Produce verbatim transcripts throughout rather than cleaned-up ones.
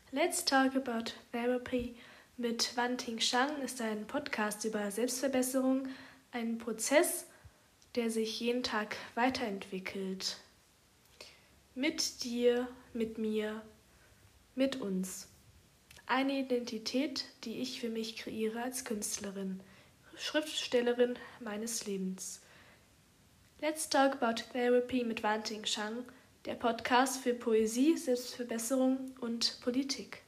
Let's Talk About Therapy mit Wanting Shang ist ein Podcast über Selbstverbesserung, ein Prozess, der sich jeden Tag weiterentwickelt. Mit dir, mit mir, mit uns. Eine Identität, die ich für mich kreiere als Künstlerin, Schriftstellerin meines Lebens. Let's Talk About Therapy mit Wanting Shang, der Podcast für Poesie, Selbstverbesserung und Politik.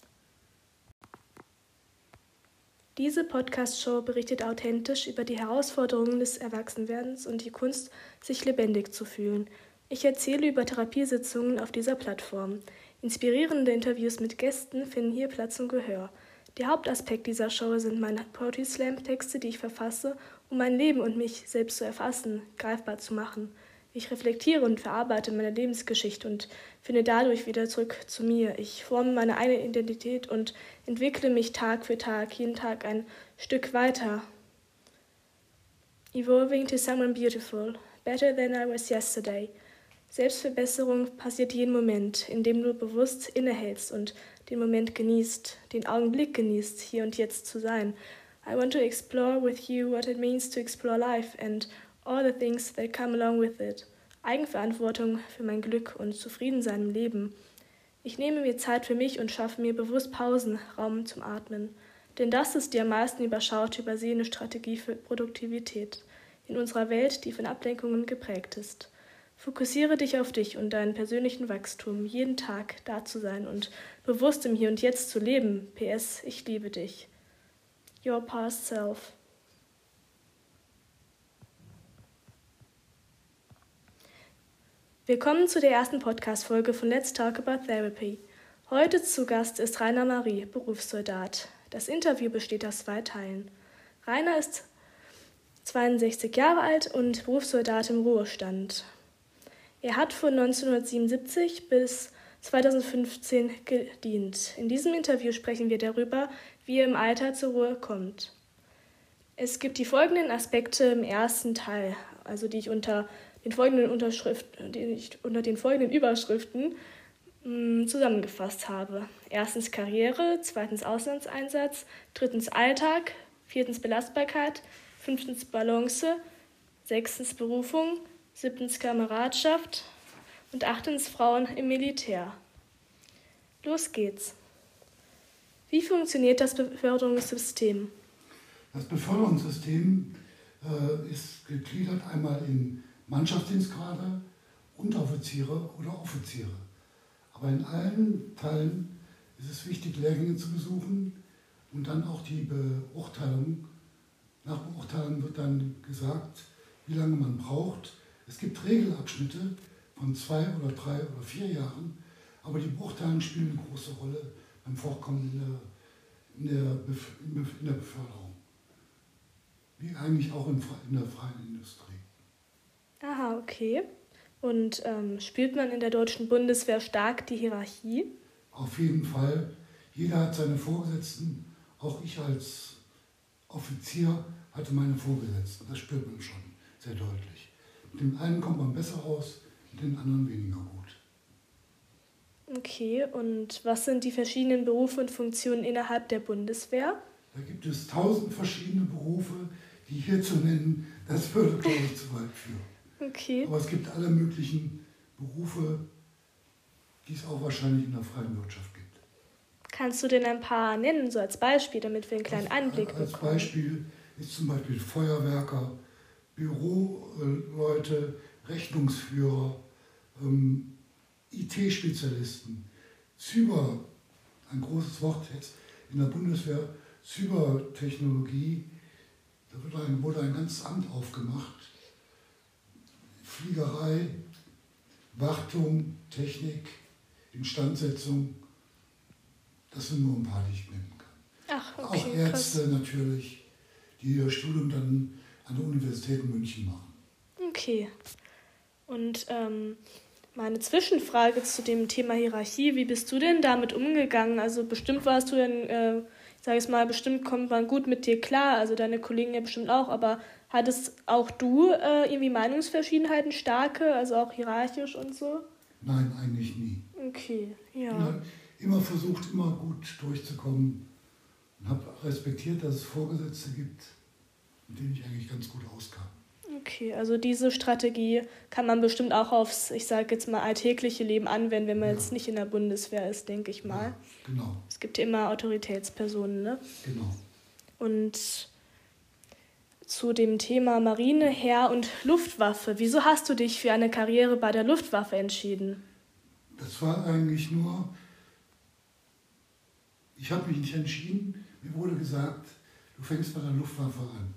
Diese Podcast-Show berichtet authentisch über die Herausforderungen des Erwachsenwerdens und die Kunst, sich lebendig zu fühlen. Ich erzähle über Therapiesitzungen auf dieser Plattform. Inspirierende Interviews mit Gästen finden hier Platz und Gehör. Der Hauptaspekt dieser Show sind meine Poetry Slam-Texte, die ich verfasse, um mein Leben und mich selbst zu erfassen, greifbar zu machen. Ich reflektiere und verarbeite meine Lebensgeschichte und finde dadurch wieder zurück zu mir. Ich forme meine eigene Identität und entwickle mich Tag für Tag, jeden Tag ein Stück weiter. Evolving to someone beautiful, better than I was yesterday. Selbstverbesserung passiert jeden Moment, in dem du bewusst innehältst und den Moment genießt, den Augenblick genießt, hier und jetzt zu sein. I want to explore with you what it means to explore life and all the things that come along with it. Eigenverantwortung für mein Glück und Zufriedensein im Leben. Ich nehme mir Zeit für mich und schaffe mir bewusst Pausen, Raum zum Atmen. Denn das ist die am meisten überschaute, übersehene Strategie für Produktivität in unserer Welt, die von Ablenkungen geprägt ist. Fokussiere dich auf dich und deinen persönlichen Wachstum, jeden Tag da zu sein und bewusst im Hier und Jetzt zu leben. P S. Ich liebe dich. Your past self. Willkommen zu der ersten Podcast-Folge von Let's Talk About Therapy. Heute zu Gast ist Rainer Marie, Berufssoldat. Das Interview besteht aus zwei Teilen. Rainer ist zweiundsechzig Jahre alt und Berufssoldat im Ruhestand. Er hat von neunzehnhundertsiebenundsiebzig bis zweitausendfünfzehn gedient. In diesem Interview sprechen wir darüber, wie er im Alter zur Ruhe kommt. Es gibt die folgenden Aspekte im ersten Teil, also die ich unter den folgenden Unterschriften, die ich unter den folgenden Überschriften mh, zusammengefasst habe. Erstens Karriere, zweitens Auslandseinsatz, drittens Alltag, viertens Belastbarkeit, fünftens Balance, sechstens Berufung, siebtens Kameradschaft und achtens Frauen im Militär. Los geht's. Wie funktioniert das Beförderungssystem? Das Beförderungssystem äh, ist gegliedert einmal in Mannschaftsdienstgrade, Unteroffiziere oder Offiziere. Aber in allen Teilen ist es wichtig, Lehrgänge zu besuchen und dann auch die Beurteilung. Nach Beurteilung wird dann gesagt, wie lange man braucht. Es gibt Regelabschnitte von zwei oder drei oder vier Jahren, aber die Beurteilungen spielen eine große Rolle beim Vorkommen in der, in der, Bef- in der Beförderung. Wie eigentlich auch in, in der freien Industrie. Aha, okay. Und ähm, spürt man in der deutschen Bundeswehr stark die Hierarchie? Auf jeden Fall. Jeder hat seine Vorgesetzten. Auch ich als Offizier hatte meine Vorgesetzten. Das spürt man schon sehr deutlich. Mit dem einen kommt man besser aus, mit den anderen weniger gut. Okay, und was sind die verschiedenen Berufe und Funktionen innerhalb der Bundeswehr? Da gibt es tausend verschiedene Berufe, die hier zu nennen, das würde, glaube ich, zu weit führen. Okay. Aber es gibt alle möglichen Berufe, die es auch wahrscheinlich in der freien Wirtschaft gibt. Kannst du denn ein paar nennen, so als Beispiel, damit wir einen kleinen Einblick als, als bekommen? Als Beispiel ist zum Beispiel Feuerwerker, Büroleute, Rechnungsführer, ähm, I T-Spezialisten, Cyber, ein großes Wort jetzt in der Bundeswehr, Cybertechnologie, da wird ein, wurde ein ganzes Amt aufgemacht. Fliegerei, Wartung, Technik, Instandsetzung, das sind nur ein paar, die ich nennen kann. Ach, okay, auch Ärzte krass. natürlich, die ihr Studium dann an der Universität in München machen. Okay. Und ähm, meine Zwischenfrage zu dem Thema Hierarchie, wie bist du denn damit umgegangen? Also bestimmt warst du dann, äh, ich sage es mal, bestimmt kommt man gut mit dir klar, also deine Kollegen ja bestimmt auch, aber hattest auch du äh, irgendwie Meinungsverschiedenheiten starke, also auch hierarchisch und so? Nein, eigentlich nie. Okay, ja. In der, immer versucht, immer gut durchzukommen und habe respektiert, dass es Vorgesetzte gibt, mit denen ich eigentlich ganz gut auskam. Okay, also diese Strategie kann man bestimmt auch aufs, ich sage jetzt mal, alltägliche Leben anwenden, wenn man ja. jetzt nicht in der Bundeswehr ist, denke ich mal. Ja, genau. Es gibt ja immer Autoritätspersonen, ne? Genau. Und zu dem Thema Marine, Heer und Luftwaffe. Wieso hast du dich für eine Karriere bei der Luftwaffe entschieden? Das war eigentlich nur, ich habe mich nicht entschieden, mir wurde gesagt, du fängst bei der Luftwaffe an.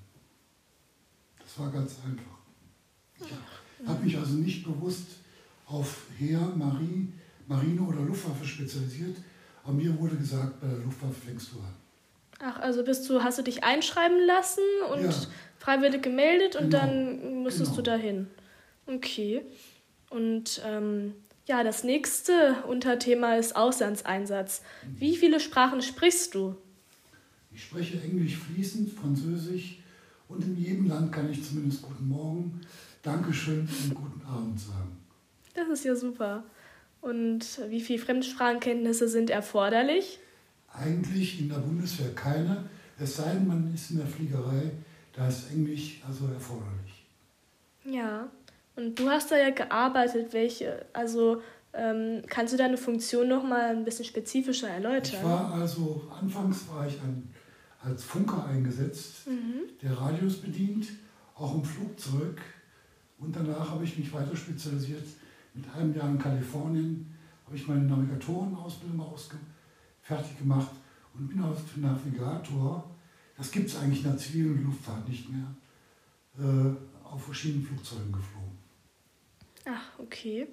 Das war ganz einfach. Ich habe mich also nicht bewusst auf Heer, Marie, Marine oder Luftwaffe spezialisiert, aber mir wurde gesagt, bei der Luftwaffe fängst du an. Ach, also bist du, hast du dich einschreiben lassen und ja. freiwillig gemeldet und genau. dann musstest genau. du dahin. Okay. Und ähm, ja, das nächste Unterthema ist Auslandseinsatz. Wie viele Sprachen sprichst du? Ich spreche Englisch fließend, Französisch und in jedem Land kann ich zumindest Guten Morgen, Dankeschön und Guten Abend sagen. Das ist ja super. Und wie viele Fremdsprachenkenntnisse sind erforderlich? Eigentlich in der Bundeswehr keine, es sei denn, man ist in der Fliegerei, da ist Englisch also erforderlich. Ja, und du hast da ja gearbeitet, welche, also ähm, kannst du deine Funktion noch mal ein bisschen spezifischer erläutern? Ich war also, anfangs war ich ein, als Funker eingesetzt, mhm. der Radios bedient, auch im Flugzeug, und danach habe ich mich weiter spezialisiert. Mit einem Jahr in Kalifornien habe ich meine Navigatorenausbildung ausgemacht, fertig gemacht und bin als Navigator, das gibt es eigentlich in der zivilen Luftfahrt nicht mehr, äh, auf verschiedenen Flugzeugen geflogen. Ach, okay.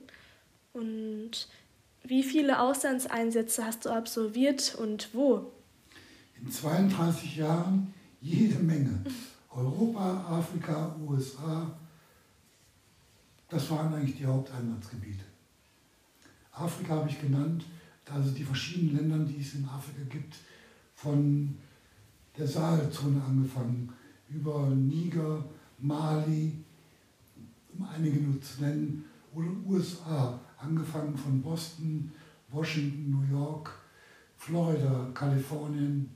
Und wie viele Auslandseinsätze hast du absolviert und wo? In zweiunddreißig Jahren jede Menge. Europa, Afrika, U S A, das waren eigentlich die Haupteinsatzgebiete. Afrika habe ich genannt, also die verschiedenen Länder, die es in Afrika gibt, von der Sahelzone angefangen, über Niger, Mali, um einige nur zu nennen, oder U S A, angefangen von Boston, Washington, New York, Florida, Kalifornien,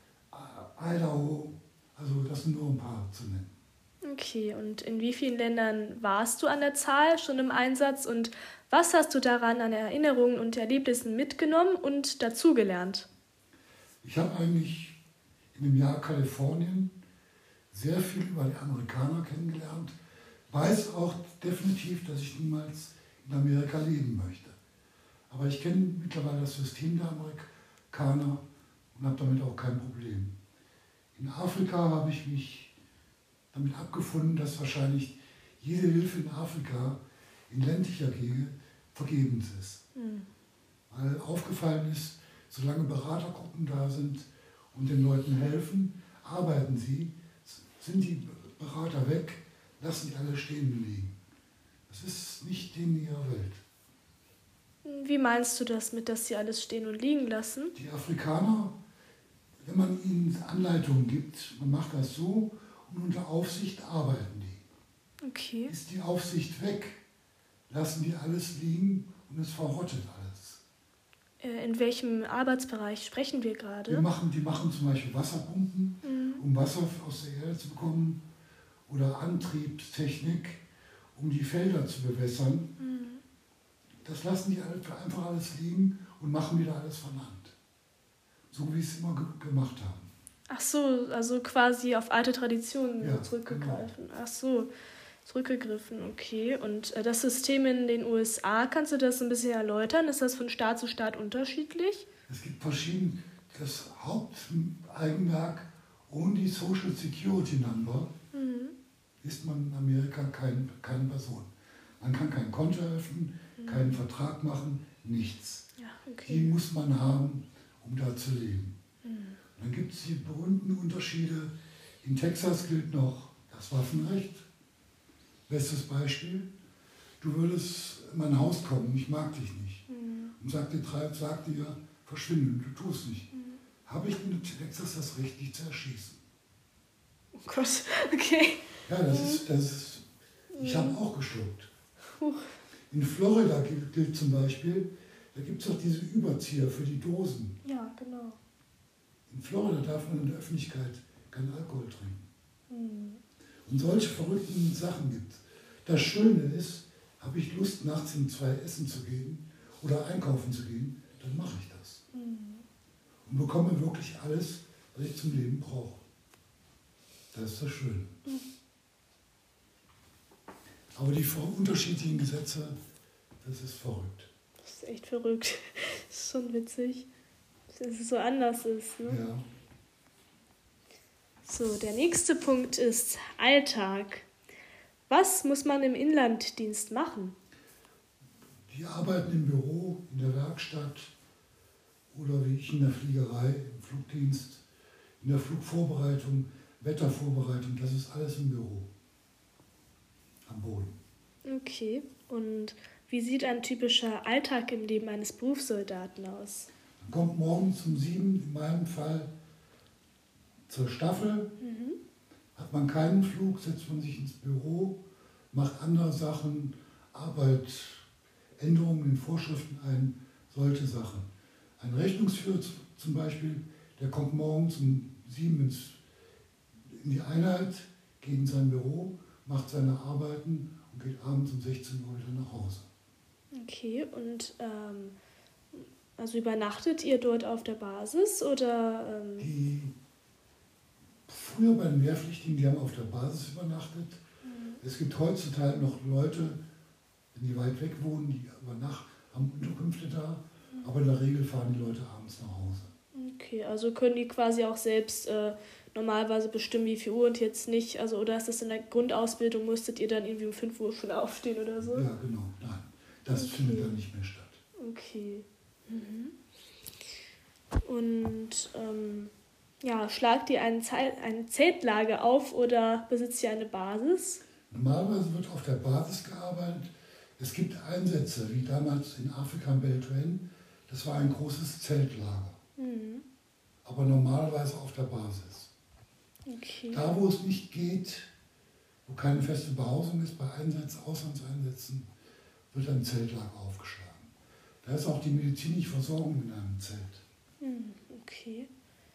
Idaho, also das sind nur ein paar zu nennen. Okay, und in wie vielen Ländern warst du an der Zahl schon im Einsatz und was hast du daran an Erinnerungen und Erlebnissen mitgenommen und dazugelernt? Ich habe eigentlich in dem Jahr Kalifornien sehr viel über die Amerikaner kennengelernt, weiß auch definitiv, dass ich niemals in Amerika leben möchte. Aber ich kenne mittlerweile das System der Amerikaner und habe damit auch kein Problem. In Afrika habe ich mich damit abgefunden, dass wahrscheinlich jede Hilfe in Afrika in ländlicher Gegend vergebens ist. Mhm. Weil aufgefallen ist, solange Beratergruppen da sind und den Leuten helfen, arbeiten sie, sind die Berater weg, lassen die alle stehen liegen. Das ist nicht in ihrer Welt. Wie meinst du das mit, dass sie alles stehen und liegen lassen? Die Afrikaner, wenn man ihnen Anleitungen gibt, man macht das so und unter Aufsicht arbeiten die. Okay. Ist die Aufsicht weg, lassen die alles liegen und es verrottet alles. In welchem Arbeitsbereich sprechen wir gerade? Wir machen, die machen zum Beispiel Wasserpumpen, mhm. um Wasser aus der Erde zu bekommen, oder Antriebstechnik, um die Felder zu bewässern. Mhm. Das lassen die einfach alles liegen und machen wieder alles von Hand. So wie sie es immer ge- gemacht haben. Ach so, also quasi auf alte Traditionen ja, zurückgegriffen. Genau. Ach so, zurückgegriffen, okay. Und äh, das System in den U S A, kannst du das ein bisschen erläutern? Ist das von Staat zu Staat unterschiedlich? Es gibt verschiedene, das Haupteigenmerk ohne die Social Security Number mhm. ist man in Amerika kein, keine Person. Man kann kein Konto eröffnen, mhm. keinen Vertrag machen, nichts. Ja, okay. Die muss man haben, um da zu leben. Mhm. Dann gibt es die berühmten Unterschiede. In Texas gilt noch das Waffenrecht. Bestes Beispiel, du würdest in mein Haus kommen, ich mag dich nicht. Mhm. Und sagt dir, sag dir, verschwinde, du tust nicht. Mhm. Habe ich in Texas das Recht, dich zu erschießen. Oh Gott, okay. Ja, das ist, das ist ich habe auch geschluckt. In Florida gilt, gilt zum Beispiel, Da gibt es auch diese Überzieher für die Dosen. Ja, genau. In Florida darf man in der Öffentlichkeit keinen Alkohol trinken. Mhm. Und solche verrückten Sachen gibt es. Das Schöne ist, habe ich Lust, nachts um zwei essen zu gehen oder einkaufen zu gehen, dann mache ich das. Mhm. Und bekomme wirklich alles, was ich zum Leben brauche. Das ist das Schöne. Mhm. Aber die unterschiedlichen Gesetze, das ist verrückt. Das ist echt verrückt. Das ist schon witzig, dass es so anders ist. Ne? Ja. So, der nächste Punkt ist Alltag. Was muss man im Inlanddienst machen? Die arbeiten im Büro, in der Werkstatt oder wie ich in der Fliegerei, im Flugdienst, in der Flugvorbereitung, Wettervorbereitung, das ist alles im Büro, am Boden. Okay, und wie sieht ein typischer Alltag im Leben eines Berufssoldaten aus? Man kommt morgens um sieben, in meinem Fall, zur Staffel. Mhm. Hat man keinen Flug, setzt man sich ins Büro, macht andere Sachen, Arbeit, Änderungen in Vorschriften ein, solche Sachen. Ein Rechnungsführer zum Beispiel, der kommt morgens um sieben ins, in die Einheit, geht in sein Büro, macht seine Arbeiten und geht abends um sechzehn Uhr wieder nach Hause. Okay, und ähm, also übernachtet ihr dort auf der Basis oder? Ähm Die früher bei den Wehrpflichtigen, die haben auf der Basis übernachtet. Mhm. Es gibt heutzutage noch Leute, wenn die weit weg wohnen, die über Nacht haben Unterkünfte da, mhm. aber in der Regel fahren die Leute abends nach Hause. Okay, also können die quasi auch selbst äh, normalerweise bestimmen, wie viel Uhr und jetzt nicht, also oder ist das in der Grundausbildung, musstet ihr dann irgendwie um fünf Uhr schon aufstehen oder so? Ja, genau, nein, das okay. findet dann nicht mehr statt. Okay. Mhm. Und ähm, ja, schlagt ihr ein, Ze- ein Zeltlager auf oder besitzt ihr eine Basis? Normalerweise wird auf der Basis gearbeitet. Es gibt Einsätze, wie damals in Afrika in Beltane, das war ein großes Zeltlager. Mhm. Aber normalerweise auf der Basis. Okay. Da, wo es nicht geht, wo keine feste Behausung ist, bei Einsätzen, Auslandseinsätzen, wird ein Zeltlager aufgeschlagen. Da ist auch die medizinische Versorgung in einem Zelt. Mhm. Okay.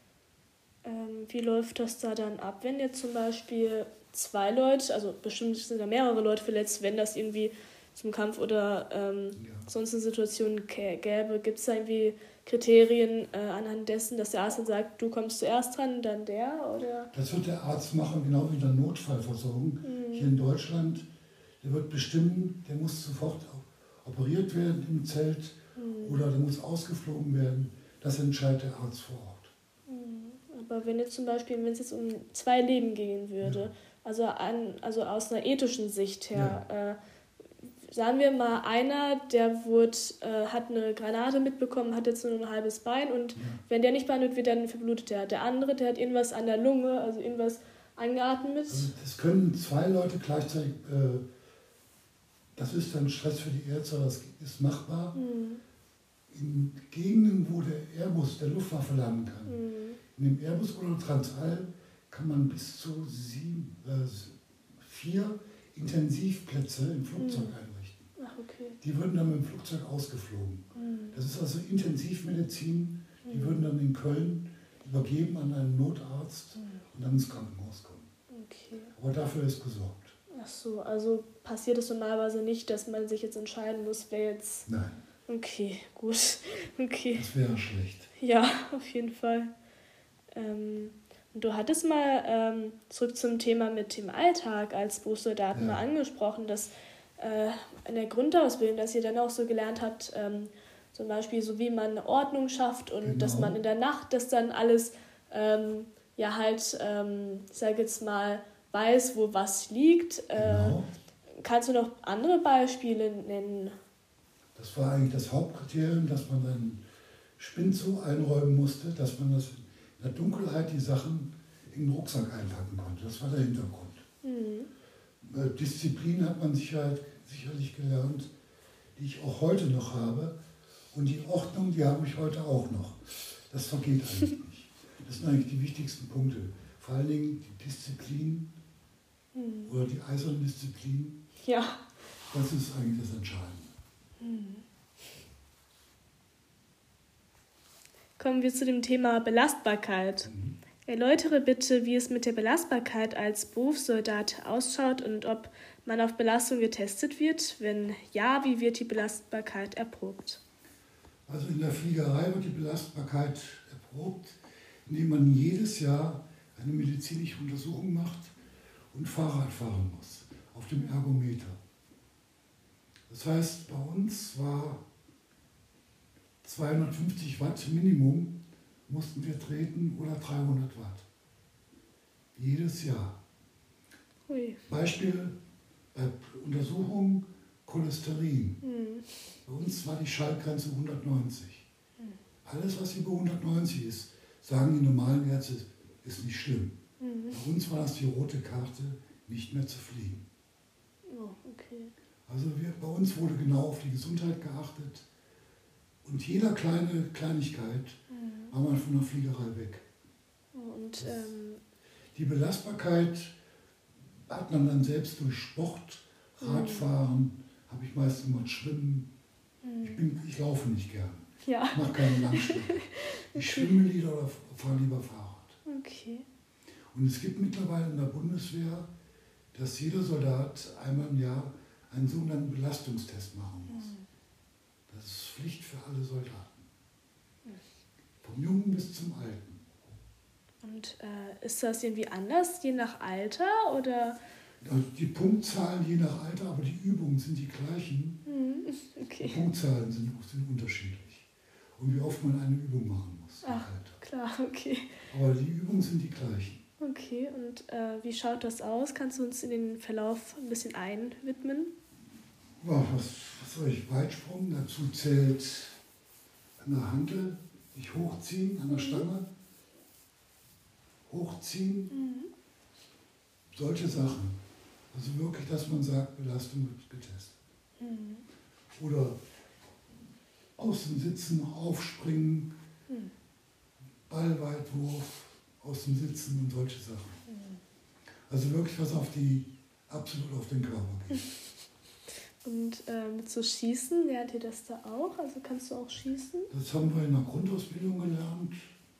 Ähm, wie läuft das da dann ab, wenn jetzt zum Beispiel zwei Leute, also bestimmt sind da mehrere Leute verletzt, wenn das irgendwie zum Kampf oder ähm, ja. sonst eine Situation gäbe, gibt es da irgendwie Kriterien äh, anhand dessen, dass der Arzt dann sagt, du kommst zuerst dran, dann der, oder? Das wird der Arzt machen, genau wie in der Notfallversorgung mhm. hier in Deutschland. Der wird bestimmen, der muss sofort operiert werden im Zelt mhm. oder der muss ausgeflogen werden. Das entscheidet der Arzt vor Ort. Aber wenn jetzt zum Beispiel, wenn es jetzt um zwei Leben gehen würde, ja. also, an, also aus einer ethischen Sicht her, ja. äh, sagen wir mal, einer, der wurde, äh, hat eine Granate mitbekommen, hat jetzt nur ein halbes Bein und ja. wenn der nicht behandelt wird, dann verblutet er. Der andere, der hat irgendwas an der Lunge, also irgendwas angeatmet. Also das können zwei Leute gleichzeitig, äh, das ist dann Stress für die Ärzte, das ist machbar. Mhm. In Gegenden, wo der Airbus der Luftwaffe landen kann, mhm. in dem Airbus oder Transall kann man bis zu sieben, äh, vier Intensivplätze im Flugzeug mhm. einrichten. Ach, okay. Die würden dann mit dem Flugzeug ausgeflogen. Mhm. Das ist also Intensivmedizin. Die mhm. würden dann in Köln übergeben an einen Notarzt mhm. und dann ins Krankenhaus kommen. Okay. Aber dafür ist gesorgt. Ach so, also passiert es normalerweise nicht, dass man sich jetzt entscheiden muss, wer jetzt... Nein. Okay, gut. Okay. Das wäre schlecht. Ja, auf jeden Fall. Ähm, du hattest mal ähm, zurück zum Thema mit dem Alltag als Berufssoldaten ja. mal angesprochen, dass äh, in der Grundausbildung, dass ihr dann auch so gelernt habt, ähm, zum Beispiel so wie man eine Ordnung schafft und genau. dass man in der Nacht das dann alles ähm, ja halt, ähm, ich sage jetzt mal, weiß, wo was liegt. Genau. Äh, kannst du noch andere Beispiele nennen? Das war eigentlich das Hauptkriterium, dass man einen Spind so einräumen musste, dass man das in der Dunkelheit die Sachen in den Rucksack einpacken konnte. Das war der Hintergrund. Mhm. Disziplin hat man sicher, sicherlich gelernt, die ich auch heute noch habe. Und die Ordnung, die habe ich heute auch noch. Das vergeht eigentlich nicht. Das sind eigentlich die wichtigsten Punkte. Vor allen Dingen die Disziplin mhm. oder die eiserne Disziplin. Ja. Das ist eigentlich das Entscheidende. kommen wir zu dem Thema Belastbarkeit. Mhm. Erläutere bitte, wie es mit der Belastbarkeit als Berufssoldat ausschaut und ob man auf Belastung getestet wird. Wenn ja, wie wird die Belastbarkeit erprobt? Also in der Fliegerei wird die Belastbarkeit erprobt, indem man jedes Jahr eine medizinische Untersuchung macht und Fahrrad fahren muss auf dem Ergometer. Das heißt, bei uns war zweihundertfünfzig Watt Minimum, mussten wir treten, oder dreihundert Watt. Jedes Jahr. Ui. Beispiel bei Untersuchung Cholesterin. Mhm. Bei uns war die Schaltgrenze hundertneunzig. Mhm. Alles, was über hundertneunzig ist, sagen die normalen Ärzte, ist nicht schlimm. Mhm. Bei uns war das die rote Karte, nicht mehr zu fliegen. Oh, okay. Also wir, bei uns wurde genau auf die Gesundheit geachtet. Und jeder kleine Kleinigkeit mhm. war man von der Fliegerei weg. Und, ähm, die Belastbarkeit hat man dann selbst durch Sport, Radfahren, mhm. habe ich meist gemacht, Schwimmen. Mhm. Ich, bin, ich laufe nicht gern. Ja. Ich mache keine Langstrecke. Ich okay. schwimme lieber oder fahre lieber Fahrrad. Okay. Und es gibt mittlerweile in der Bundeswehr, dass jeder Soldat einmal im Jahr einen sogenannten Belastungstest machen muss. Mhm. Das ist Pflicht für alle Soldaten. Vom Jungen bis zum Alten. Und äh, ist das irgendwie anders, je nach Alter? Oder? Also die Punktzahlen je nach Alter, aber die Übungen sind die gleichen. Okay. Die Punktzahlen sind, sind unterschiedlich. Und wie oft man eine Übung machen muss. Ach, klar, okay. Aber die Übungen sind die gleichen. Okay, und äh, wie schaut das aus? Kannst du uns in den Verlauf ein bisschen einwidmen? Ja, was, was soll ich? Weitsprung, dazu zählt an der Hantel, sich hochziehen, an der Stange, hochziehen, mhm. solche Sachen. Also wirklich, dass man sagt, Belastung wird getestet. Mhm. Oder aus dem Sitzen aufspringen, mhm. Ballweitwurf, aus dem Sitzen und solche Sachen. Mhm. Also wirklich was auf die, absolut auf den Körper geht. Und äh, mit so Schießen, lernt ihr das da auch? Also kannst du auch schießen? Das haben wir in der Grundausbildung gelernt.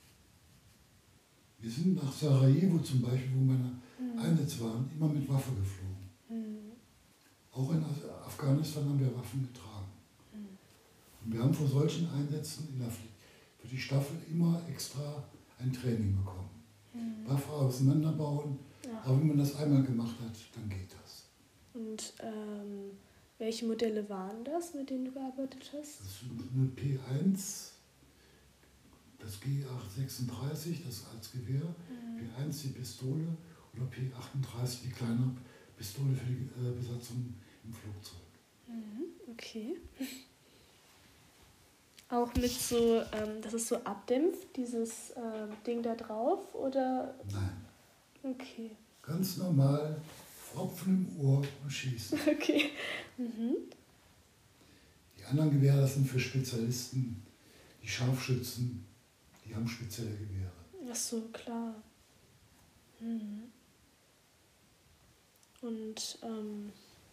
Wir sind nach Sarajevo zum Beispiel, wo meine mhm. Einsätze waren, immer mit Waffe geflogen. Mhm. Auch in Afghanistan haben wir Waffen getragen. Mhm. Und wir haben vor solchen Einsätzen in der, für die Staffel immer extra ein Training bekommen. Mhm. Waffe auseinanderbauen, ja. Aber wenn man das einmal gemacht hat, dann geht das. Und ähm, welche Modelle waren das, mit denen du gearbeitet hast? Das ist eine P eins, das G acht sechsunddreißig, das als Gewehr, mhm. P eins die Pistole oder P achtunddreißig die kleine Pistole für die äh, Besatzung im Flugzeug. Mhm. Okay. Auch mit so, ähm, dass es so abdämpft, dieses äh, Ding da drauf, oder? Nein. Okay. Ganz normal, Pfropfen im Ohr und schießen. Okay. Mhm. Die anderen Gewehre, das sind für Spezialisten, die Scharfschützen, die haben spezielle Gewehre. Ach so, klar. Mhm. Und, ähm,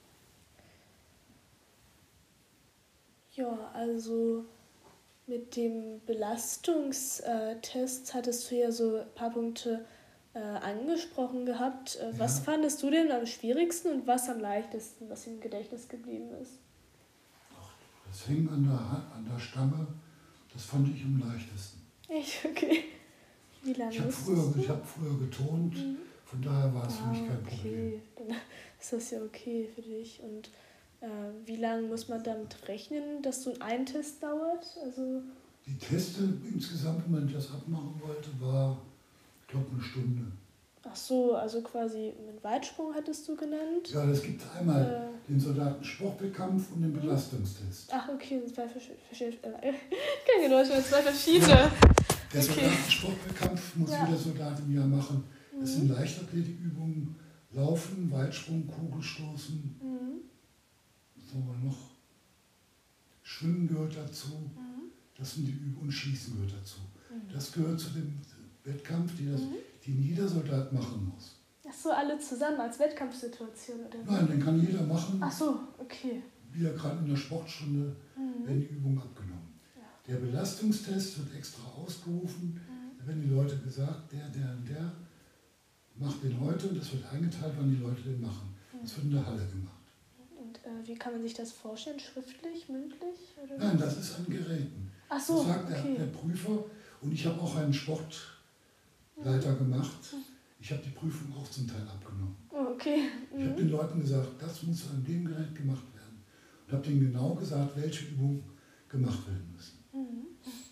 ja, also mit dem Belastungstest hattest du ja so ein paar Punkte äh, angesprochen gehabt. Äh, ja. Was fandest du denn am schwierigsten und was am leichtesten, was im Gedächtnis geblieben ist? Das Hängen an der, an der Stange, das fand ich am leichtesten. Echt? Okay. Wie lange ich habe früher, ich hab früher getont, mhm. von daher war es ah, für mich kein okay. Problem. Dann ist das ja okay für dich. Und äh, wie lange muss man damit rechnen, dass so ein Test dauert? Also die Teste insgesamt, wenn man das abmachen wollte, war, ich glaube, eine Stunde. Ach so, also quasi mit Weitsprung hattest du genannt? Ja, es gibt einmal äh, den Soldaten-Sportwettkampf und den Belastungstest. Ach, okay, das zwei verschiedene. Äh, ich kann genau schon zwei verschiedene. Ja. Der okay. Soldaten-Sportwettkampf muss ja. jeder Soldat im Jahr machen. Mhm. Das sind Leichtathletikübungen, Laufen, Weitsprung, Kugelstoßen. Mhm. Was haben wir noch? Schwimmen gehört dazu. Mhm. Das sind die Übungen und Schießen gehört dazu. Mhm. Das gehört zu dem Wettkampf, die, das, mhm. den jeder Soldat machen muss. Ach so, alle zusammen als Wettkampfsituation, oder? Nein, den kann jeder machen. Ach so, okay. Wieder gerade in der Sportstunde mhm. werden die Übungen abgenommen. Ja. Der Belastungstest wird extra ausgerufen. Mhm. Da werden die Leute gesagt, der, der und der macht den heute und das wird eingeteilt, wann die Leute den machen. Mhm. Das wird in der Halle gemacht. Und äh, wie kann man sich das vorstellen? Schriftlich, mündlich? Oder Nein, das ist an Geräten. Ach so, das sagt okay. der, der Prüfer. Und ich habe auch einen Sportleiter gemacht. Ich habe die Prüfung auch zum Teil abgenommen. Oh, okay. Mhm. Ich habe den Leuten gesagt, das muss an dem Gerät gemacht werden. Und habe denen genau gesagt, welche Übungen gemacht werden müssen. Mhm.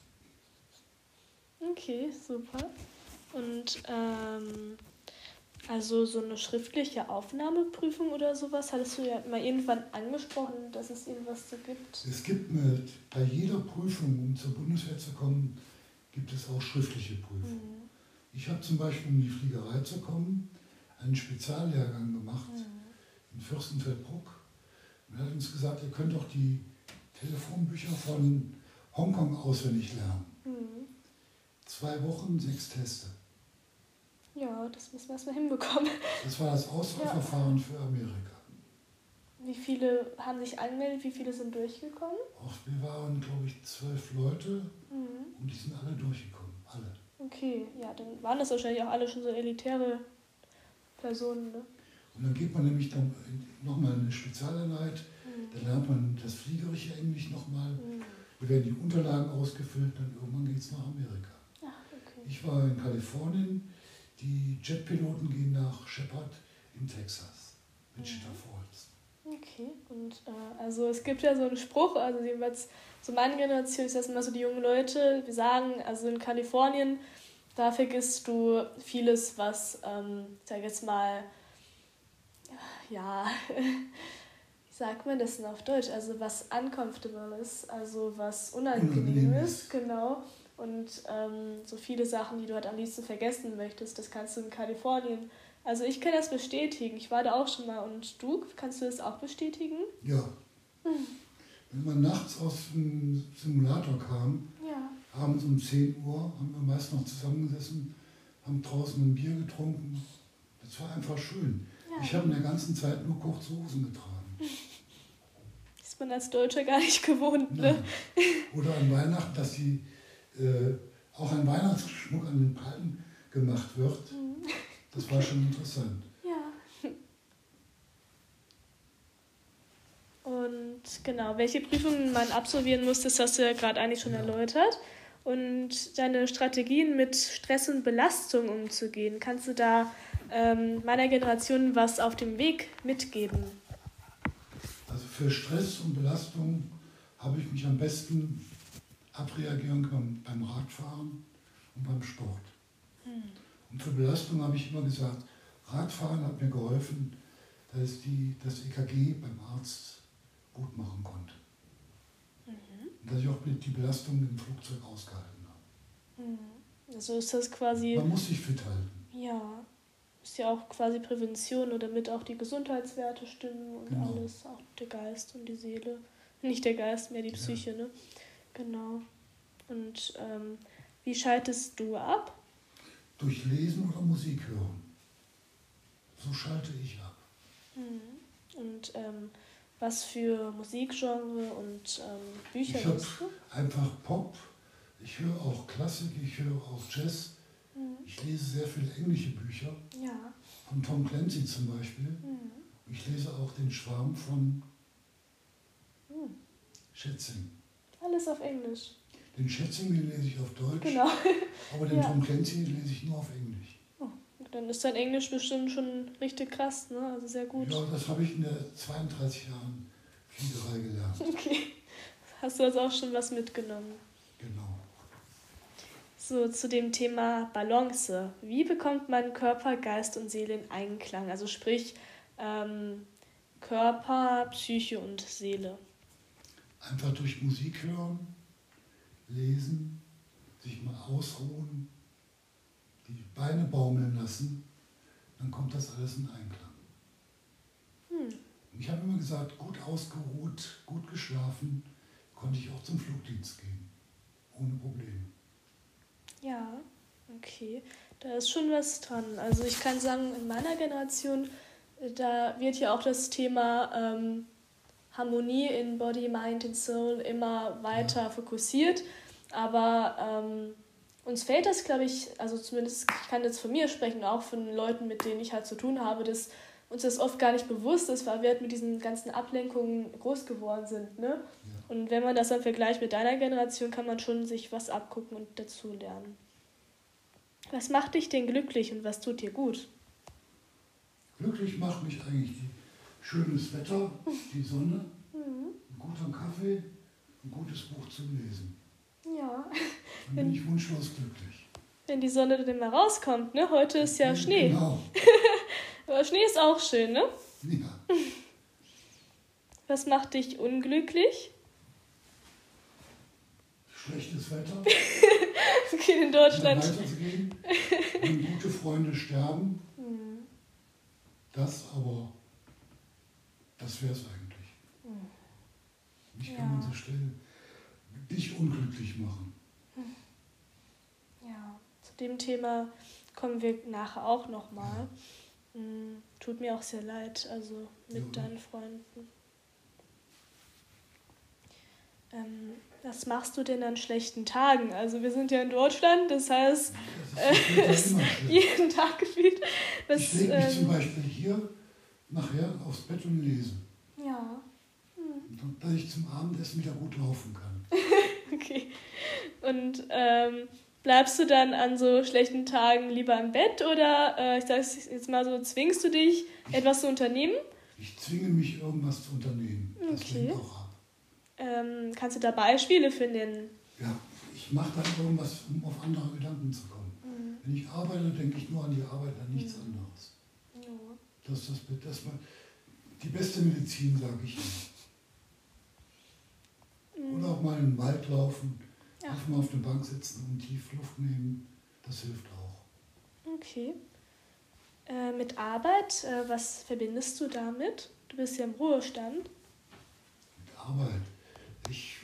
Okay, super. Und ähm, also so eine schriftliche Aufnahmeprüfung oder sowas, hattest du ja mal irgendwann angesprochen, dass es irgendwas so gibt? Es gibt mit, bei jeder Prüfung, um zur Bundeswehr zu kommen, gibt es auch schriftliche Prüfungen. Mhm. Ich habe zum Beispiel, um in die Fliegerei zu kommen, einen Speziallehrgang gemacht mhm. in Fürstenfeldbruck. Und er hat uns gesagt, ihr könnt auch die Telefonbücher von Hongkong auswendig lernen. Mhm. Zwei Wochen, sechs Teste. Ja, das müssen wir erstmal hinbekommen. Das war das Auswahlverfahren ja. für Amerika. Wie viele haben sich angemeldet? Wie viele sind durchgekommen? Auch wir waren, glaube ich, zwölf Leute mhm. und die sind alle durchgekommen. Alle. Okay, ja, dann waren das wahrscheinlich auch alle schon so elitäre Personen, ne? Und dann geht man nämlich dann nochmal in eine Spezialeinheit, mhm. dann lernt man das fliegerische Englisch nochmal, mhm. da werden die Unterlagen ausgefüllt, dann irgendwann geht es nach Amerika. Ach, okay. Ich war in Kalifornien, die Jetpiloten gehen nach Shepherd in Texas, Wichita mhm. Falls. Okay, und äh, also es gibt ja so einen Spruch, also jedenfalls so meine Generation ist das immer so die jungen Leute, wir sagen, also in Kalifornien, da vergisst du vieles, was, ähm, ich sag jetzt mal, ja, wie sagt man das denn auf Deutsch, also was uncomfortable ist, also was unangenehm ist, genau. Und ähm, so viele Sachen, die du halt am liebsten vergessen möchtest, das kannst du in Kalifornien. Also ich kann das bestätigen, ich war da auch schon mal. Und du, kannst du das auch bestätigen? Ja. Hm. Wenn man nachts aus dem Simulator kam, ja. abends um zehn Uhr, haben wir meist noch zusammengesessen, haben draußen ein Bier getrunken. Das war einfach schön. Ja. Ich habe in der ganzen Zeit nur kurze Hosen getragen. Ist man als Deutscher gar nicht gewohnt, ne? Nein. Oder an Weihnachten, dass die äh, auch ein Weihnachtsschmuck an den Palmen gemacht wird. Mhm. Das okay. war schon interessant. Ja. Und genau, welche Prüfungen man absolvieren muss, das hast du ja gerade eigentlich schon ja. erläutert. Und deine Strategien mit Stress und Belastung umzugehen, kannst du da ähm, meiner Generation was auf dem Weg mitgeben? Also für Stress und Belastung habe ich mich am besten abreagieren können beim Radfahren und beim Sport. Hm. Und für Belastung habe ich immer gesagt, Radfahren hat mir geholfen, dass ich die, das E K G beim Arzt gut machen konnte. Mhm. Und dass ich auch die Belastung im Flugzeug ausgehalten habe. Mhm. Also ist das quasi... Man muss sich fit halten. Ja, ist ja auch quasi Prävention, oder damit auch die Gesundheitswerte stimmen und genau. alles, auch der Geist und die Seele. Nicht der Geist, mehr die Psyche, ja. ne? Genau. Und ähm, wie schaltest du ab? Durch Lesen oder Musik hören. So schalte ich ab. Mhm. Und ähm, was für Musikgenre und ähm, Bücher ich hörst du? Einfach Pop, ich höre auch Klassik, ich höre auch Jazz. Mhm. Ich lese sehr viele englische Bücher. Ja. Von Tom Clancy zum Beispiel. Mhm. Ich lese auch den Schwarm von mhm. Schätzing. Alles auf Englisch. Den Schätzing, den lese ich auf Deutsch. Genau. Aber den ja. Tom Clancy lese ich nur auf Englisch. Oh, dann ist dein Englisch bestimmt schon richtig krass, ne? Also sehr gut. Ja, das habe ich in der zweiunddreißig Jahren Fliegerei gelernt. Okay. Hast du also auch schon was mitgenommen? Genau. So, zu dem Thema Balance. Wie bekommt man Körper, Geist und Seele in Einklang? Also sprich, ähm, Körper, Psyche und Seele. Einfach durch Musik hören, lesen, sich mal ausruhen, die Beine baumeln lassen, dann kommt das alles in Einklang. Hm. Ich habe immer gesagt, gut ausgeruht, gut geschlafen, konnte ich auch zum Flugdienst gehen, ohne Probleme. Ja, okay, da ist schon was dran. Also ich kann sagen, in meiner Generation, da wird ja auch das Thema ähm, Harmonie in Body, Mind und Soul immer weiter ja. fokussiert. Aber ähm, uns fällt das, glaube ich, also zumindest, ich kann jetzt von mir sprechen, auch von Leuten, mit denen ich halt zu tun habe, dass uns das oft gar nicht bewusst ist, weil wir halt mit diesen ganzen Ablenkungen groß geworden sind. Ne? Ja. Und wenn man das dann vergleicht mit deiner Generation, kann man schon sich was abgucken und dazu lernen. Was macht dich denn glücklich und was tut dir gut? Glücklich macht mich eigentlich schönes Wetter, die Sonne, Mhm. ein guter Kaffee, ein gutes Buch zum Lesen. Ja. Dann bin ich wunschlos glücklich. Wenn die Sonne dann mal rauskommt, ne? Heute ist ja Schnee. Genau. Aber Schnee ist auch schön, ne? Ja. Was macht dich unglücklich? Schlechtes Wetter. Okay, in Deutschland. Um weiterzugehen. Wenn gute Freunde sterben. Mhm. Das aber, das wäre es eigentlich. Mhm. Mich Ja. kann man so schnell dich unglücklich machen. Ja, zu dem Thema kommen wir nachher auch nochmal. Mhm. Tut mir auch sehr leid, also mit Ja. deinen Freunden. Ähm, was machst du denn an schlechten Tagen? Also wir sind ja in Deutschland, das heißt, Das ist, äh, das ist immer schlecht. jeden Tag gefühlt. Was, Ich lege mich ähm, zum Beispiel hier nachher aufs Bett und lese. Ja, Und dass ich zum Abendessen wieder gut laufen kann. okay. Und ähm, bleibst du dann an so schlechten Tagen lieber im Bett oder, äh, ich sag's jetzt mal so, zwingst du dich, etwas zu unternehmen? Ich zwinge mich, irgendwas zu unternehmen. Das Okay. lenkt auch ab. Ähm, kannst du da Beispiele für nennen? Ja, ich mache dann irgendwas, um auf andere Gedanken zu kommen. Mhm. Wenn ich arbeite, denke ich nur an die Arbeit, an nichts Mhm. anderes. Ja. Das ist das, das war die beste Medizin, sage ich immer. Mhm. Oder auch mal in den Wald laufen, Ja. einfach mal auf der Bank sitzen und tief Luft nehmen. Das hilft auch. Okay. Äh, mit Arbeit, äh, was verbindest du damit? Du bist ja im Ruhestand. Mit Arbeit. Ich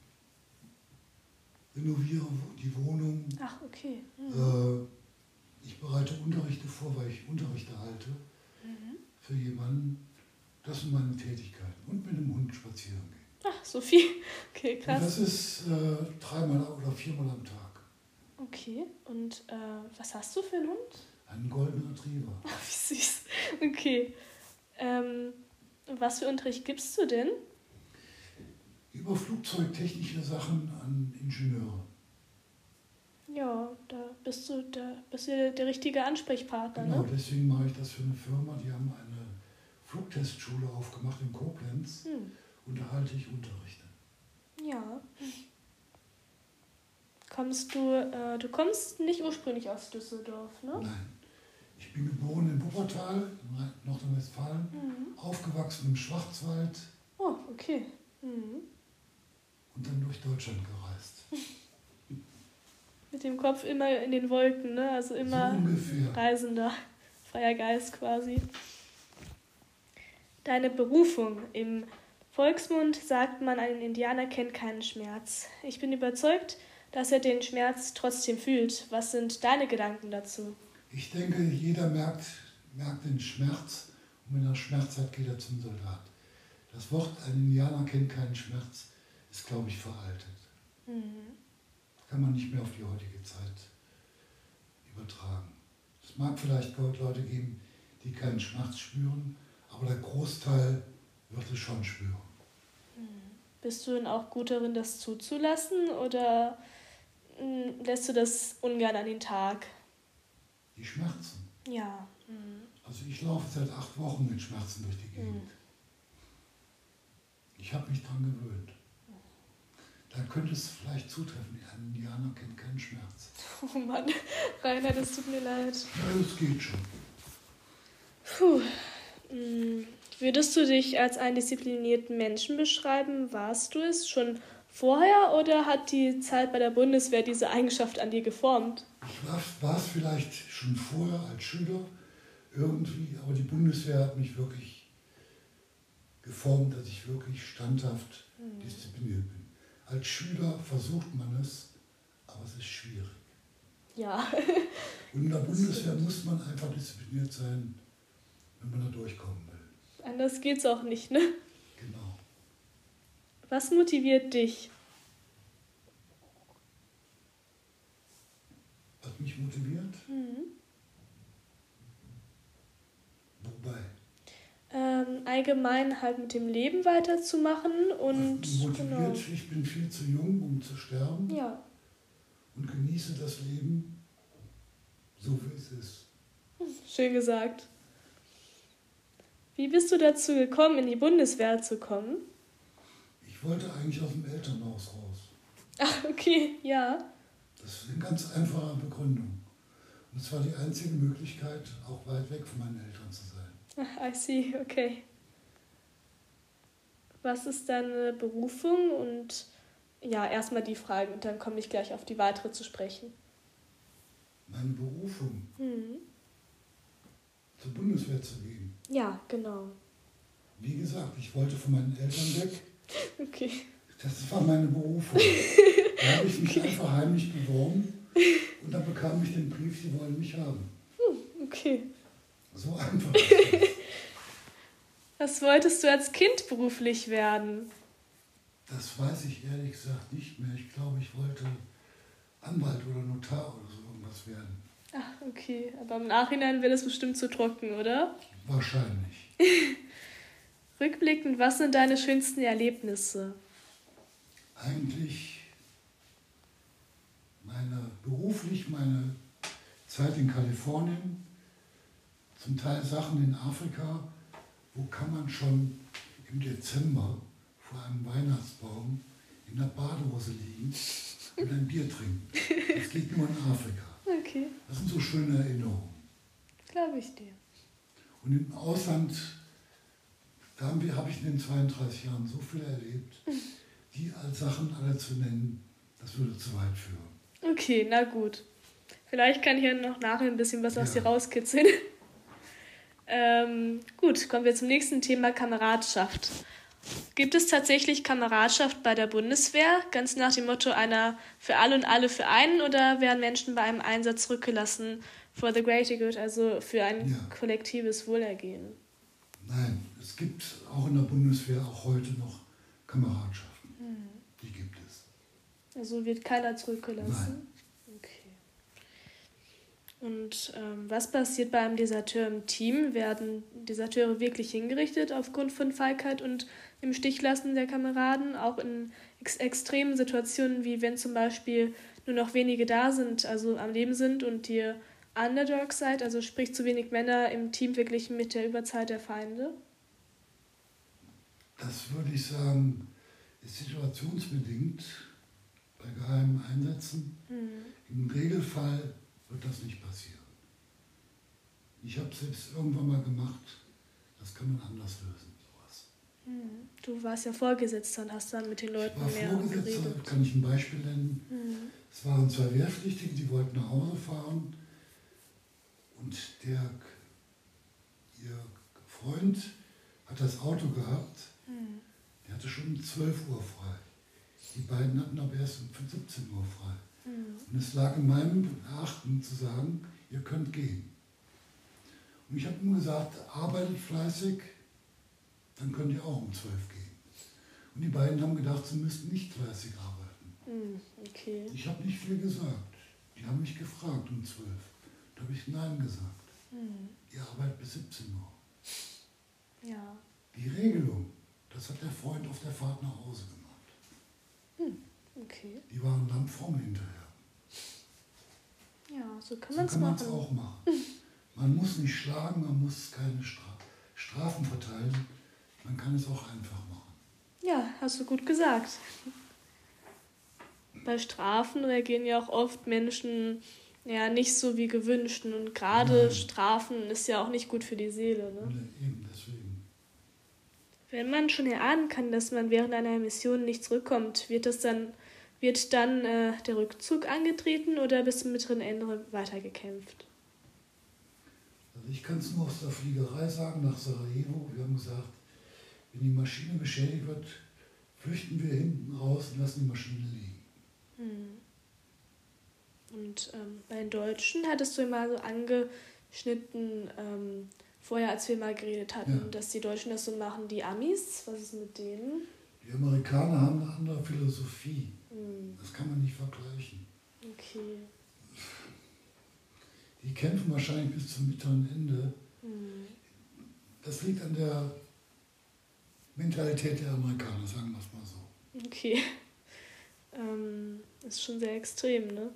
renoviere die Wohnung. Ach, okay. Mhm. Äh, ich bereite Unterrichte vor, weil ich Unterrichte halte Mhm. für jemanden. Das sind meine Tätigkeiten. Und mit dem Hund spazieren gehen. Ach, so viel. Okay, Und krass. das ist äh, dreimal oder viermal am Tag. Okay. Und äh, was hast du für einen Hund? Ein goldener Retriever. Ach, wie süß. Okay. Ähm, was für Unterricht gibst du denn? Über flugzeugtechnische Sachen an Ingenieure. Ja, da bist du, da bist du der, der richtige Ansprechpartner, Genau, ne? deswegen mache ich das für eine Firma. Die haben eine Flugtestschule aufgemacht in Koblenz. Hm. Und da halte ich Unterrichte. Ja. Kommst du, äh, du kommst nicht ursprünglich aus Düsseldorf, ne? Nein, ich bin geboren in Wuppertal, in Nordrhein-Westfalen, Mhm. aufgewachsen im Schwarzwald Oh, okay. Mhm. und dann durch Deutschland gereist. Mit dem Kopf immer in den Wolken, ne? Also immer So ungefähr. Reisender, freier Geist quasi. Deine Berufung. Im Volksmund sagt man, ein Indianer kennt keinen Schmerz. Ich bin überzeugt, dass er den Schmerz trotzdem fühlt. Was sind deine Gedanken dazu? Ich denke, jeder merkt, merkt den Schmerz und wenn er Schmerz hat, geht er zum Soldat. Das Wort, ein Indianer kennt keinen Schmerz, ist, glaube ich, veraltet. Mhm. Kann man nicht mehr auf die heutige Zeit übertragen. Es mag vielleicht Leute geben, die keinen Schmerz spüren, aber der Großteil wird es schon spüren. Bist du denn auch gut darin, das zuzulassen oder mh, lässt du das ungern an den Tag? Die Schmerzen. Ja. Mhm. Also ich laufe seit acht Wochen mit Schmerzen durch die Gegend. Mhm. Ich habe mich daran gewöhnt. Da könnte es vielleicht zutreffen, ein Indianer kennt keinen Schmerz. Oh Mann, Rainer, das tut mir leid. Ja, das geht schon. Puh. Hm. Würdest du dich als einen disziplinierten Menschen beschreiben? Warst du es schon vorher oder hat die Zeit bei der Bundeswehr diese Eigenschaft an dir geformt? Ich war, war es vielleicht schon vorher als Schüler irgendwie, aber die Bundeswehr hat mich wirklich geformt, dass ich wirklich standhaft Hm. diszipliniert bin. Als Schüler versucht man es, aber es ist schwierig. Ja. Und in der Bundeswehr muss man einfach diszipliniert sein, wenn man da durchkommen will. Anders geht's auch nicht, ne? Genau. Was motiviert dich? mich motiviert? Mhm. Wobei? Ähm, allgemein halt mit dem Leben weiterzumachen und Motiviert, genau. ich bin viel zu jung, um zu sterben. Ja. Und genieße das Leben so, wie es ist. Schön gesagt. Wie bist du dazu gekommen, in die Bundeswehr zu kommen? Ich wollte eigentlich aus dem Elternhaus raus. Ach, okay, ja. Das ist eine ganz einfache Begründung. Und es war die einzige Möglichkeit, auch weit weg von meinen Eltern zu sein. Ach, I see, okay. Was ist deine Berufung? Und ja, erstmal die Frage und dann komme ich gleich auf die weitere zu sprechen. Meine Berufung, Mhm. zur Bundeswehr zu gehen. Ja, genau. Wie gesagt, ich wollte von meinen Eltern weg. Okay. Das war meine Berufung. Da habe ich mich Okay. einfach heimlich beworben und dann bekam ich den Brief, sie wollen mich haben. Okay. So einfach ist das. Was wolltest du als Kind beruflich werden? Das weiß ich ehrlich gesagt nicht mehr. Ich glaube, ich wollte Anwalt oder Notar oder so irgendwas werden. Ach, okay. Aber im Nachhinein wäre das bestimmt zu trocken, oder? Wahrscheinlich. Rückblickend, was sind deine schönsten Erlebnisse? Eigentlich meine, beruflich meine Zeit in Kalifornien, zum Teil Sachen in Afrika, wo kann man schon im Dezember vor einem Weihnachtsbaum in der Badehose liegen und ein Bier trinken. Das geht nur in Afrika. Okay, Das sind so schöne Erinnerungen. glaube ich dir. Und im Ausland, da habe hab ich in den zweiunddreißig Jahren so viel erlebt, die als Sachen alle zu nennen, das würde zu weit führen. Okay, na gut. Vielleicht kann ich ja noch nachher ein bisschen was aus Ja. dir rauskitzeln. ähm, gut, kommen wir zum nächsten Thema, Kameradschaft. Gibt es tatsächlich Kameradschaft bei der Bundeswehr, ganz nach dem Motto einer für alle und alle für einen, oder werden Menschen bei einem Einsatz zurückgelassen for the greater good, also für ein Ja. kollektives Wohlergehen? Nein, es gibt auch in der Bundeswehr auch heute noch Kameradschaften. Hm. Die gibt es. Also wird keiner zurückgelassen? Nein. Okay. Und ähm, was passiert bei einem Deserteur im Team? Werden Deserteure wirklich hingerichtet aufgrund von Feigheit und im Stichlassen der Kameraden? Auch in ex- extremen Situationen, wie wenn zum Beispiel nur noch wenige da sind, also am Leben sind und ihr Underdog seid, also sprich zu wenig Männer im Team verglichen mit der Überzahl der Feinde? Das würde ich sagen, ist situationsbedingt bei geheimen Einsätzen. Hm. Im Regelfall wird das nicht passieren. Ich habe es selbst irgendwann mal gemacht, das kann man anders lösen, sowas. Hm. Du warst ja Vorgesetzter und hast dann mit den Leuten Ich war mehr Vorgesetzter, geredet. kann ich ein Beispiel nennen. Hm. Es waren zwei Wehrpflichtige, die wollten nach Hause fahren und der, ihr Freund hat das Auto gehabt, Hm. der hatte schon um zwölf Uhr frei. Die beiden hatten aber erst um siebzehn Uhr frei. Hm. Und es lag in meinem Erachten zu sagen, ihr könnt gehen. Und ich habe ihm gesagt, arbeitet fleißig, dann könnt ihr auch um zwölf gehen. Und die beiden haben gedacht, sie müssten nicht fleißig arbeiten. Hm. Okay. Ich habe nicht viel gesagt. Die haben mich gefragt um zwölf. Da habe ich Nein gesagt. Hm. Ihr arbeitet bis siebzehn Uhr. Ja. Die Regelung, das hat der Freund auf der Fahrt nach Hause gemacht. Okay. Die waren dann fromm hinterher. Ja, so kann So man es kann man es machen. auch machen. Man muss nicht schlagen, man muss keine Stra Strafen verteilen. Man kann es auch einfach machen. Ja, hast du gut gesagt. Bei Strafen reagieren ja auch oft Menschen ja nicht so wie gewünscht. Und gerade Nein. Strafen ist ja auch nicht gut für die Seele. Ne? Ne, eben deswegen. Wenn man schon erahnen kann, dass man während einer Mission nicht zurückkommt, wird das dann, wird dann äh, der Rückzug angetreten oder bis zum mittleren Ende weitergekämpft? Also ich kann es nur aus der Fliegerei sagen, nach Sarajevo. Wir haben gesagt, wenn die Maschine beschädigt wird, flüchten wir hinten raus und lassen die Maschine liegen. Hm. Und ähm, bei den Deutschen hattest du immer so angeschnitten, ähm, vorher, als wir mal geredet hatten, Ja. dass die Deutschen das so machen, die Amis. Was ist mit denen? Die Amerikaner haben eine andere Philosophie. Hm. Das kann man nicht vergleichen. Okay. die kämpfen wahrscheinlich bis zum bitteren Ende. Mhm. Das liegt an der Mentalität der Amerikaner, sagen wir es mal so. Okay. Ähm, ist schon sehr extrem, ne?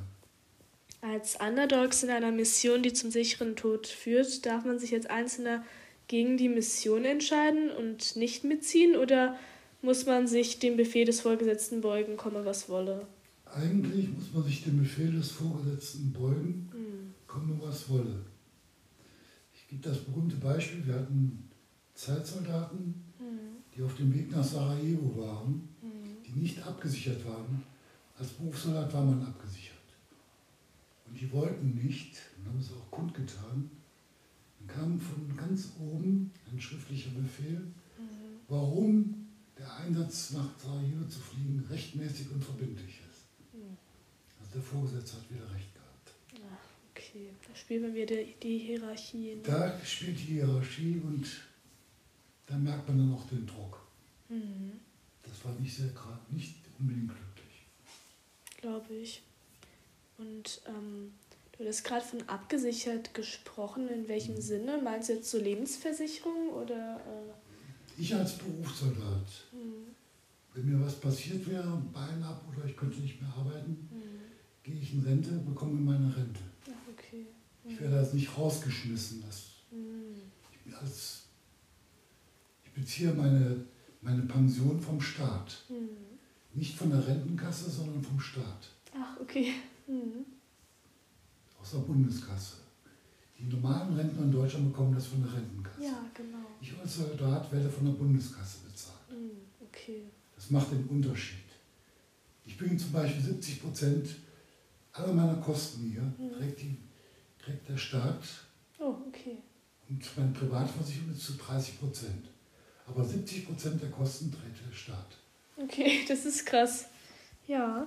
Ja. Als Underdogs in einer Mission, die zum sicheren Tod führt, darf man sich als Einzelner gegen die Mission entscheiden und nicht mitziehen oder muss man sich dem Befehl des Vorgesetzten beugen, komme was wolle? Eigentlich muss man sich dem Befehl des Vorgesetzten beugen, Mhm. komme was wolle. Ich gebe das berühmte Beispiel, wir hatten Zeitsoldaten, Mhm. die auf dem Weg nach Sarajevo waren, Mhm. die nicht abgesichert waren. Als Berufssoldat war man abgesichert. Und die wollten nicht, und haben es auch kundgetan, dann kam von ganz oben ein schriftlicher Befehl, Mhm. warum der Einsatz nach Sarajevo zu fliegen rechtmäßig und verbindlich ist. Mhm. Also der Vorgesetzte hat wieder recht gehabt. Ah, okay, da spielen wir wieder die, die Hierarchie. Ne? Da spielt die Hierarchie und da merkt man dann auch den Druck. Mhm. Das war nicht sehr gerade nicht unbedingt glücklich. Glaube ich. Und ähm, du hast gerade von abgesichert gesprochen. In welchem Mhm. Sinne? Meinst du jetzt so Lebensversicherung oder? Äh, Ich als Berufssoldat, mhm. wenn mir was passiert wäre, Bein ab oder ich könnte nicht mehr arbeiten, Mhm. gehe ich in Rente, bekomme meine Rente. Ach, okay. Mhm. Ich werde also nicht rausgeschmissen. Das, Mhm. ich, bin als, ich beziehe meine, meine Pension vom Staat. Mhm. Nicht von der Rentenkasse, sondern vom Staat. Ach, okay. Mhm. Aus der Bundeskasse. Die normalen Rentner in Deutschland bekommen das von der Rentenkasse. Ja, genau. Ich als Soldat werde von der Bundeskasse bezahlt. Mhm. Okay. Das macht den Unterschied. Ich bringe zum Beispiel siebzig Prozent aller meiner Kosten hier, Mhm. trägt, die, trägt der Staat Oh, okay. und meine Privatversicherung ist zu dreißig Prozent. Aber siebzig Prozent der Kosten trägt der Staat. Okay, das ist krass. Ja.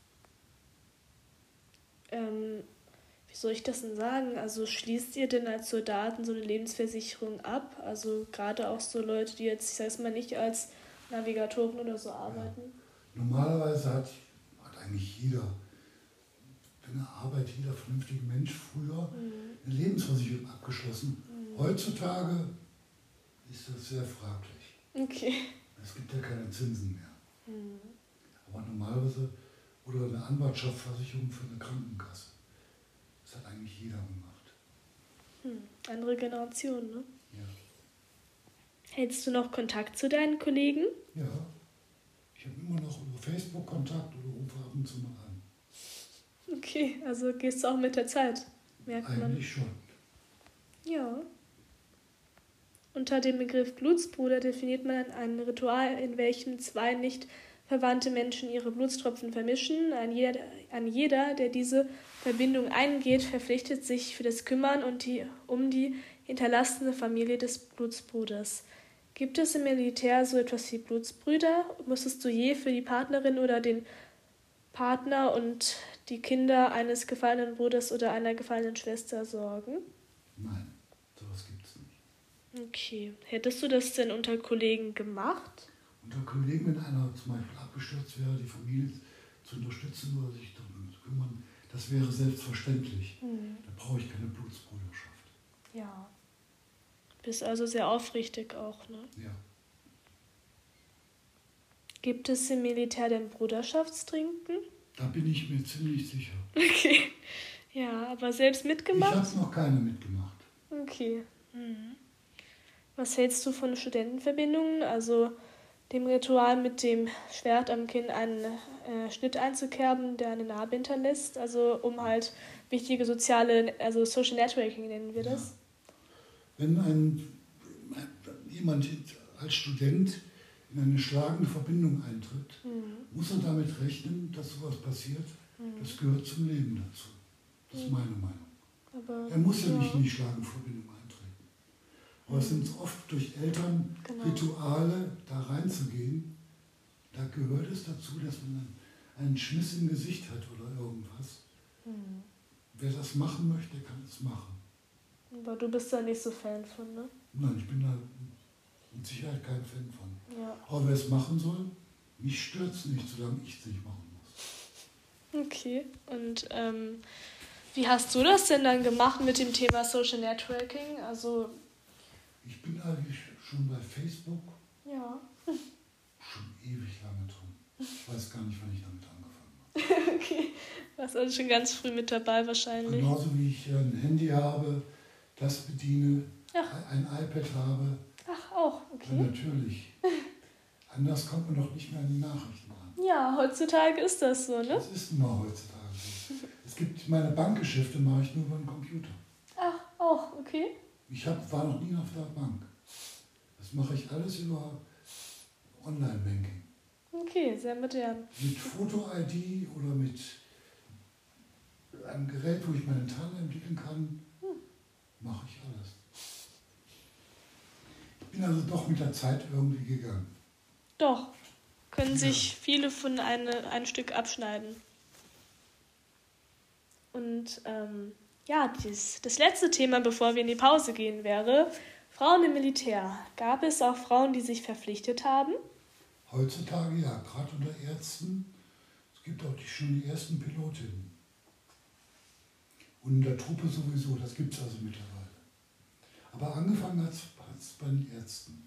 Ähm, wie soll ich das denn sagen? Also schließt ihr denn als Soldaten so eine Lebensversicherung ab? Also gerade auch so Leute, die jetzt, ich sag's mal, nicht als Navigatoren oder so arbeiten? Normalerweise hat, hat eigentlich jeder, wenn er arbeitet, jeder vernünftige Mensch früher Mhm. eine Lebensversicherung abgeschlossen. Mhm. Heutzutage ist das sehr fraglich. Okay. Es gibt ja keine Zinsen mehr. Mhm. Aber normalerweise, oder eine Anwartschaftsversicherung für eine Krankenkasse. Das hat eigentlich jeder gemacht. Hm. Andere Generation, ne? Ja. Hältst du noch Kontakt zu deinen Kollegen? Ja. Ich habe immer noch über Facebook Kontakt oder rufe ab und zu mal an. Okay, also gehst du auch mit der Zeit, merkt man. Eigentlich schon. Ja. Unter dem Begriff Blutsbruder definiert man ein Ritual, in welchem zwei nicht verwandte Menschen ihre Blutstropfen vermischen. Ein jeder, ein jeder, der diese Verbindung eingeht, verpflichtet sich für das Kümmern und die, um die hinterlassene Familie des Blutsbruders. Gibt es im Militär so etwas wie Blutsbrüder? Musstest du je für die Partnerin oder den Partner und die Kinder eines gefallenen Bruders oder einer gefallenen Schwester sorgen? Nein, sowas gibt es nicht. Okay. Hättest du das denn unter Kollegen gemacht? Unter Kollegen, wenn einer zum Beispiel abgestürzt wäre, die Familie zu unterstützen oder sich darum zu kümmern, das wäre selbstverständlich. Hm. Da brauche ich keine Blutsbruderschaft. Ja. Bist also sehr aufrichtig auch, ne? Ja. Gibt es im Militär denn Bruderschaftstrinken? Da bin ich mir ziemlich sicher. Okay. Ja, aber selbst Ich mitgemacht? habe noch keine mitgemacht. Okay. Mhm. Was hältst du von Studentenverbindungen? Also dem Ritual mit dem Schwert am Kinn einen äh, Schnitt einzukerben, der eine Narbe hinterlässt, also um halt wichtige soziale, also Social Networking nennen wir das. Ja. Wenn ein, jemand als Student in eine schlagende Verbindung eintritt, Mhm. muss er damit rechnen, dass sowas passiert. Mhm. Das gehört zum Leben dazu. Das ist meine Meinung. Aber, Er muss ja nicht in die schlagende Verbindung eintreten. Aber es sind oft durch Eltern Genau. Rituale, da reinzugehen. Da gehört es dazu, dass man einen, einen Schmiss im Gesicht hat oder irgendwas. Mhm. Wer das machen möchte, kann es machen. Aber du bist da nicht so Fan von, ne? Nein, ich bin da mit Sicherheit kein Fan von. Ja. Aber wer es machen soll, mich stört es nicht, solange ich es nicht machen muss. Okay. Und ähm, Wie hast du das denn dann gemacht mit dem Thema Social Networking? Also Ich bin eigentlich schon bei Facebook ja. schon ewig lange drin. Ich weiß gar nicht, wann ich damit angefangen habe. Okay, warst also schon ganz früh mit dabei wahrscheinlich. Genauso wie ich ein Handy habe, das bediene, Ach. ein iPad habe. Ach, auch, Ja, okay. natürlich. Anders kommt man doch nicht mehr an die Nachrichten ran. Ja, heutzutage ist das so, ne? Das ist nun mal heutzutage so. Es gibt meine Bankgeschäfte, mache ich nur über den Computer. Ach, auch, okay. Ich hab, war noch nie auf der Bank. Das mache ich alles über Online-Banking. Okay, sehr modern. Mit Foto-I D oder mit einem Gerät, wo ich meine Teile entwickeln kann, mache ich alles. Ich bin also doch mit der Zeit irgendwie gegangen. Doch, können Ja. sich viele von eine, ein Stück abschneiden. Und ähm, ja, dies, das letzte Thema, bevor wir in die Pause gehen, wäre Frauen im Militär. Gab es auch Frauen, die sich verpflichtet haben? Heutzutage ja, gerade unter Ärzten. Es gibt auch die, schon die ersten Pilotinnen. Und in der Truppe sowieso, das gibt es also mittlerweile. Aber angefangen hat es bei den Ärzten.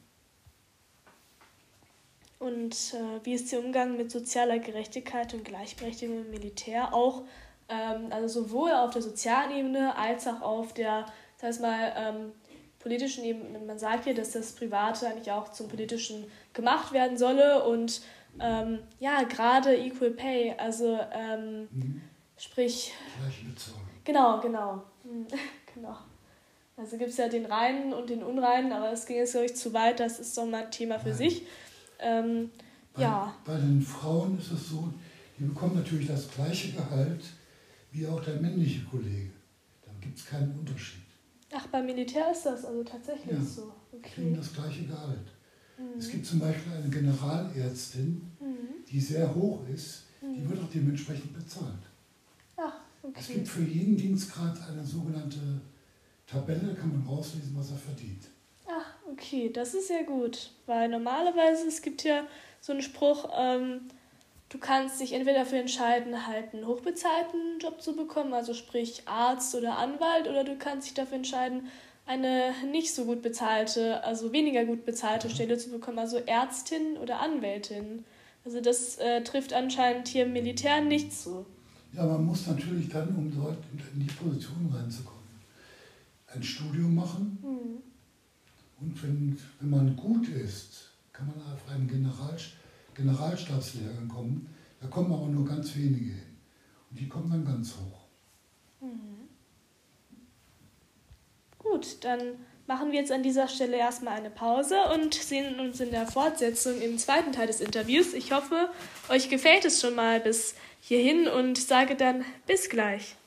Und äh, wie ist der Umgang mit sozialer Gerechtigkeit und Gleichberechtigung im Militär? Auch, ähm, also sowohl auf der sozialen Ebene als auch auf der, das heißt mal, ähm, politischen Ebene. Man sagt ja, dass das Private eigentlich auch zum Politischen gemacht werden solle. Und ähm, ja, gerade Equal Pay, also ähm, Mhm. sprich, Gleiche Bezahlung. genau, genau, hm, genau. Also gibt es ja den Reinen und den Unreinen, aber das ging jetzt, glaube ich, zu weit, das ist doch mal ein Thema für Nein. sich. Ähm, Bei, ja, bei den Frauen ist es so, die bekommen natürlich das gleiche Gehalt wie auch der männliche Kollege. Da gibt es keinen Unterschied. ach, beim Militär ist das also tatsächlich Ja, so. Die kriegen Okay. das gleiche Gehalt. Mhm. Es gibt zum Beispiel eine Generalärztin, Mhm. die sehr hoch ist, die Mhm. wird auch dementsprechend bezahlt. Ach, Es okay. gibt für jeden Dienstgrad eine sogenannte Tabelle, da kann man rauslesen, was er verdient. Ach, okay, das ist ja gut, weil normalerweise, es gibt ja so einen Spruch, ähm, du kannst dich entweder dafür entscheiden, halt einen hochbezahlten Job zu bekommen, also sprich Arzt oder Anwalt, oder du kannst dich dafür entscheiden, eine nicht so gut bezahlte, also weniger gut bezahlte Stelle zu bekommen, also Ärztin oder Anwältin. Also das äh, trifft anscheinend hier im Militär nicht zu. Ja, man muss natürlich dann, um dort in die Position reinzukommen, ein Studium machen. Mhm. Und wenn, wenn man gut ist, kann man auf einen General, Generalstabslehrgang kommen. Da kommen aber nur ganz wenige hin. Und die kommen dann ganz hoch. Mhm. Gut, dann machen wir jetzt an dieser Stelle erstmal eine Pause und sehen uns in der Fortsetzung im zweiten Teil des Interviews. Ich hoffe, euch gefällt es schon mal bis hierhin und sage dann bis gleich.